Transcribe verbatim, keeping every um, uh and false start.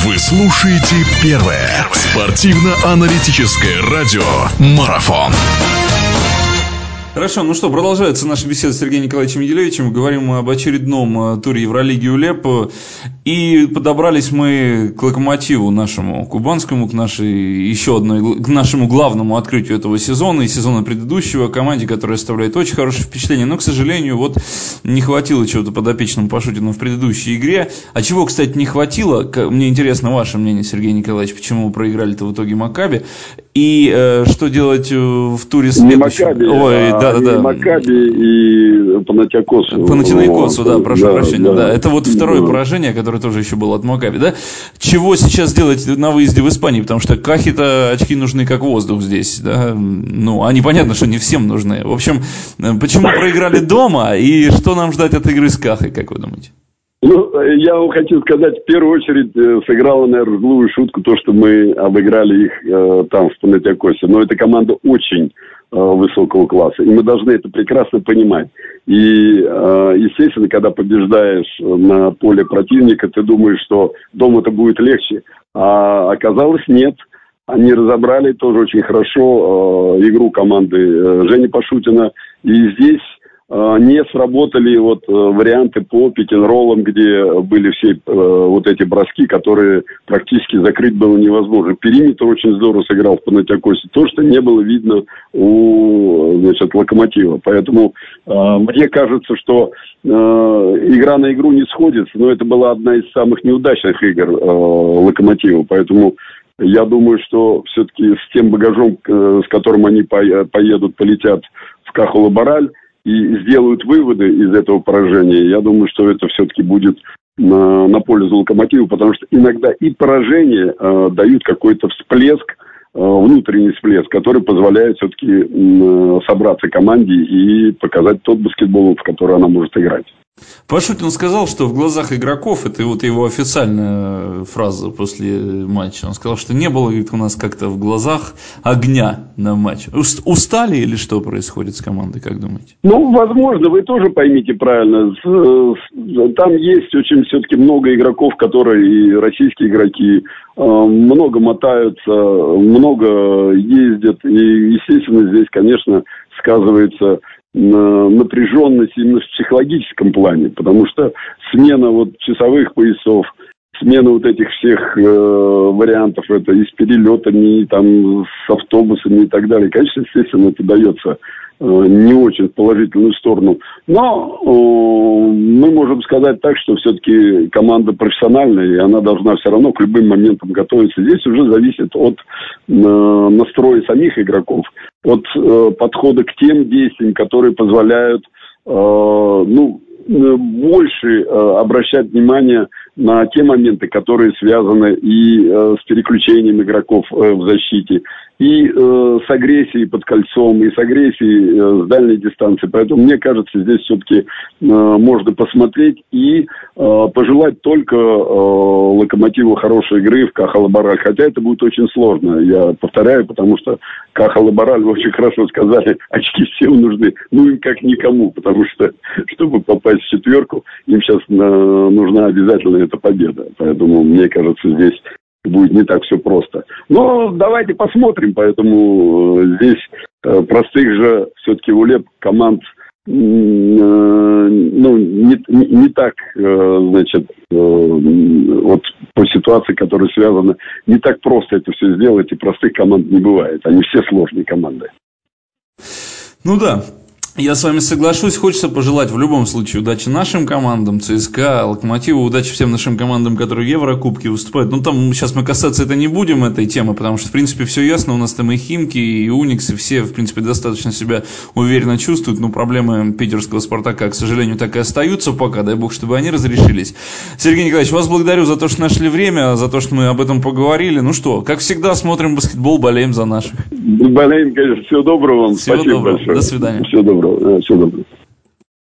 Вы слушаете первое спортивно-аналитическое радио «Марафон». Хорошо, ну что, продолжается наша беседа с Сергеем Николаевичем Еделевичем. Говорим об очередном туре Евролиги УЛЕП. И подобрались мы к локомотиву нашему кубанскому, к нашей еще одной, к нашему главному открытию этого сезона и сезона предыдущего, команде, которая оставляет очень хорошее впечатление. Но, к сожалению, вот не хватило чего-то подопечному Пашутину в предыдущей игре. А чего, кстати, не хватило? Мне интересно ваше мнение, Сергей Николаевич, почему вы проиграли-то в итоге Маккаби? И э, что делать в туре следующем? Не Маккаби, Ой, а да, да, да. Маккаби и Панатиакосу. Панатинаикосу, да, прошу да, прощения. Да. Да. Это вот второе да. поражение, которое тоже еще было от Маккаби, да? Чего сейчас делать на выезде в Испании? Потому что Кахи-то очки нужны как воздух здесь, да? Ну, они понятно, что не всем нужны. В общем, почему проиграли дома и что нам ждать от игры с Кахой, как вы думаете? Ну, я вам хочу сказать, в первую очередь сыграла, наверное, злую шутку то, что мы обыграли их э, там, в Панатиакосе. Но эта команда очень э, высокого класса, и мы должны это прекрасно понимать. И, э, естественно, когда побеждаешь на поле противника, ты думаешь, что дома это будет легче. А оказалось, нет. Они разобрали тоже очень хорошо э, игру команды э, Жени Пашутина. И здесь не сработали вот варианты по пик-н-роллам, где были все вот эти броски, которые практически закрыть было невозможно. Периметр очень здорово сыграл в Панатиакосе. То, что не было видно у, значит, Локомотива. Поэтому э, мне кажется, что э, игра на игру не сходится, но это была одна из самых неудачных игр э, Локомотива. Поэтому я думаю, что все-таки с тем багажом, с которым они поедут, полетят в Каху-Лабораль, и сделают выводы из этого поражения, я думаю, что это все-таки будет на, на пользу Локомотиву, потому что иногда и поражения э, дают какой-то всплеск, э, внутренний всплеск, который позволяет все-таки э, собраться команде и показать тот баскетбол, в который она может играть. Пашутин сказал, что в глазах игроков, это вот его официальная фраза после матча, он сказал, что не было, говорит, у нас как-то в глазах огня на матче. Устали или что происходит с командой, как думаете? Ну, возможно, вы тоже поймите правильно. Там есть очень все-таки много игроков, которые и российские игроки, много мотаются, много ездят. И, естественно, здесь, конечно, сказывается напряженность именно в психологическом плане, потому что смена вот часовых поясов, смена вот этих всех э, вариантов, это и с перелетами, и там с автобусами и так далее, конечно, естественно, это дается э, не очень в положительную сторону. Но э, мы можем сказать так, что все-таки команда профессиональная, и она должна все равно к любым моментам готовиться. Здесь уже зависит от э, настроя самих игроков, от э, подхода к тем действиям, которые позволяют э, ну, больше э, обращать внимание на те моменты, которые связаны и э, с переключением игроков э, в защите, и э, с агрессией под кольцом, и с агрессией э, с дальней дистанции. Поэтому, мне кажется, здесь все-таки э, можно посмотреть и э, пожелать только э, Локомотиву хорошей игры в Каха-Лабораль. Хотя это будет очень сложно, я повторяю, потому что Каха-Лабораль, вы очень хорошо сказали, очки всем нужны, ну им как никому, потому что, чтобы попасть в четверку, им сейчас э, нужна обязательно эта победа. Поэтому, мне кажется, здесь будет не так все просто. Но давайте посмотрим. Поэтому э, здесь э, простых же все-таки УЛЕП команд э, ну, не, не, не так, э, значит, э, вот по ситуации, которая связана, не так просто это все сделать, и простых команд не бывает. Они все сложные команды. Ну да. Я с вами соглашусь, хочется пожелать в любом случае удачи нашим командам, ЦСКА, Локомотиву, удачи всем нашим командам, которые в Еврокубке выступают. Ну там сейчас мы касаться это не будем, этой темы, потому что в принципе все ясно, у нас там и Химки, и Уникс, и все в принципе достаточно себя уверенно чувствуют, но проблемы питерского Спартака, к сожалению, так и остаются пока, дай бог, чтобы они разрешились. Сергей Николаевич, вас благодарю за то, что нашли время, за то, что мы об этом поговорили. Ну что, как всегда, смотрим баскетбол, болеем за наших. Болеем, конечно, всего доброго вам. Всего Спасибо доброго, большое. До свидания. Всего доброго. Всего доброго.